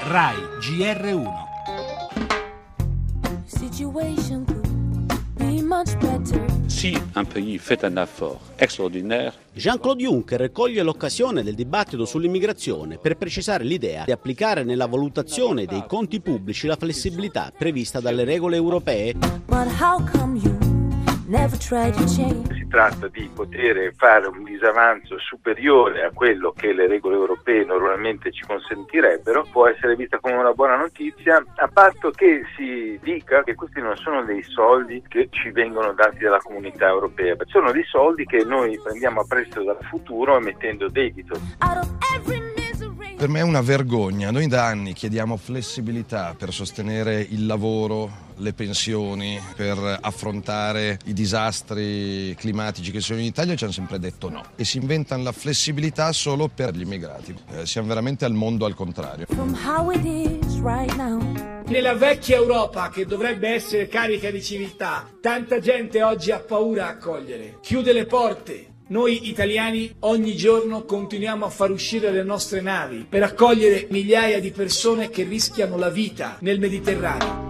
Rai GR1. Si un pays fait un effort extraordinaire, Jean-Claude Juncker coglie l'occasione del dibattito sull'immigrazione per precisare l'idea di applicare nella valutazione dei conti pubblici la flessibilità prevista dalle regole europee. Si tratta di poter fare un disavanzo superiore a quello che le regole europee normalmente ci consentirebbero. Può essere vista come una buona notizia, a patto che si dica che questi non sono dei soldi che ci vengono dati dalla comunità europea, sono dei soldi che noi prendiamo a prestito dal futuro emettendo debito. Per me è una vergogna. Noi da anni chiediamo flessibilità per sostenere il lavoro, le pensioni, per affrontare i disastri climatici che ci sono in Italia, e ci hanno sempre detto no. E si inventano la flessibilità solo per gli immigrati. Siamo veramente al mondo al contrario. Nella vecchia Europa, che dovrebbe essere carica di civiltà, tanta gente oggi ha paura a accogliere. Chiude le porte. Noi italiani ogni giorno continuiamo a far uscire le nostre navi per accogliere migliaia di persone che rischiano la vita nel Mediterraneo.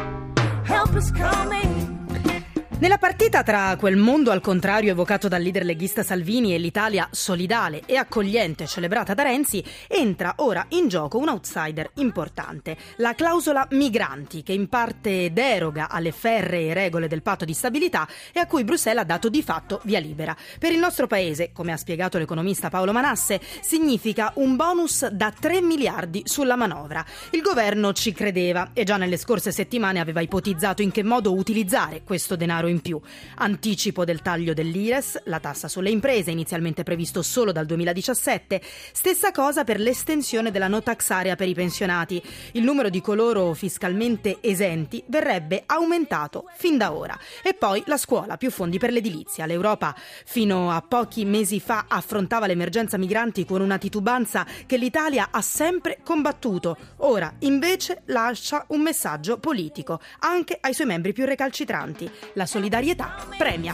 Nella partita tra quel mondo al contrario evocato dal leader leghista Salvini e l'Italia solidale e accogliente celebrata da Renzi, entra ora in gioco un outsider importante, la clausola migranti, che in parte deroga alle ferree regole del patto di stabilità e a cui Bruxelles ha dato di fatto via libera. Per il nostro paese, come ha spiegato l'economista Paolo Manasse, significa un bonus da 3 miliardi sulla manovra. Il governo ci credeva e già nelle scorse settimane aveva ipotizzato in che modo utilizzare questo denaro in più. Anticipo del taglio dell'IRES, la tassa sulle imprese inizialmente previsto solo dal 2017, stessa cosa per l'estensione della no tax area per i pensionati. Il numero di coloro fiscalmente esenti verrebbe aumentato fin da ora. E poi la scuola, più fondi per l'edilizia. L'Europa fino a pochi mesi fa affrontava l'emergenza migranti con una titubanza che l'Italia ha sempre combattuto. Ora invece lascia un messaggio politico anche ai suoi membri più recalcitranti. La solidarietà premia.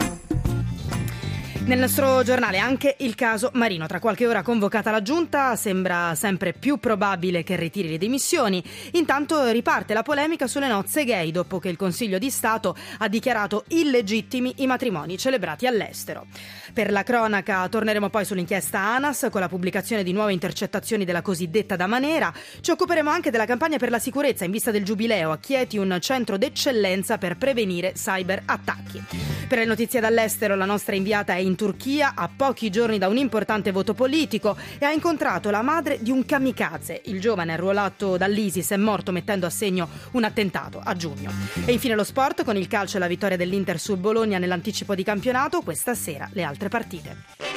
Nel nostro giornale anche il caso Marino. Tra qualche ora convocata la giunta, sembra sempre più probabile che ritiri le dimissioni. Intanto riparte la polemica sulle nozze gay dopo che il Consiglio di Stato ha dichiarato illegittimi i matrimoni celebrati all'estero. Per la cronaca torneremo poi sull'inchiesta ANAS con la pubblicazione di nuove intercettazioni della cosiddetta Damanera. Ci occuperemo anche della campagna per la sicurezza in vista del Giubileo. A Chieti un centro d'eccellenza per prevenire cyberattacchi. Per le notizie dall'estero la nostra inviata è in Turchia a pochi giorni da un importante voto politico e ha incontrato la madre di un kamikaze. Il giovane arruolato dall'ISIS è morto mettendo a segno un attentato a giugno. E infine lo sport con il calcio e la vittoria dell'Inter su Bologna nell'anticipo di campionato. Questa sera le altre partite.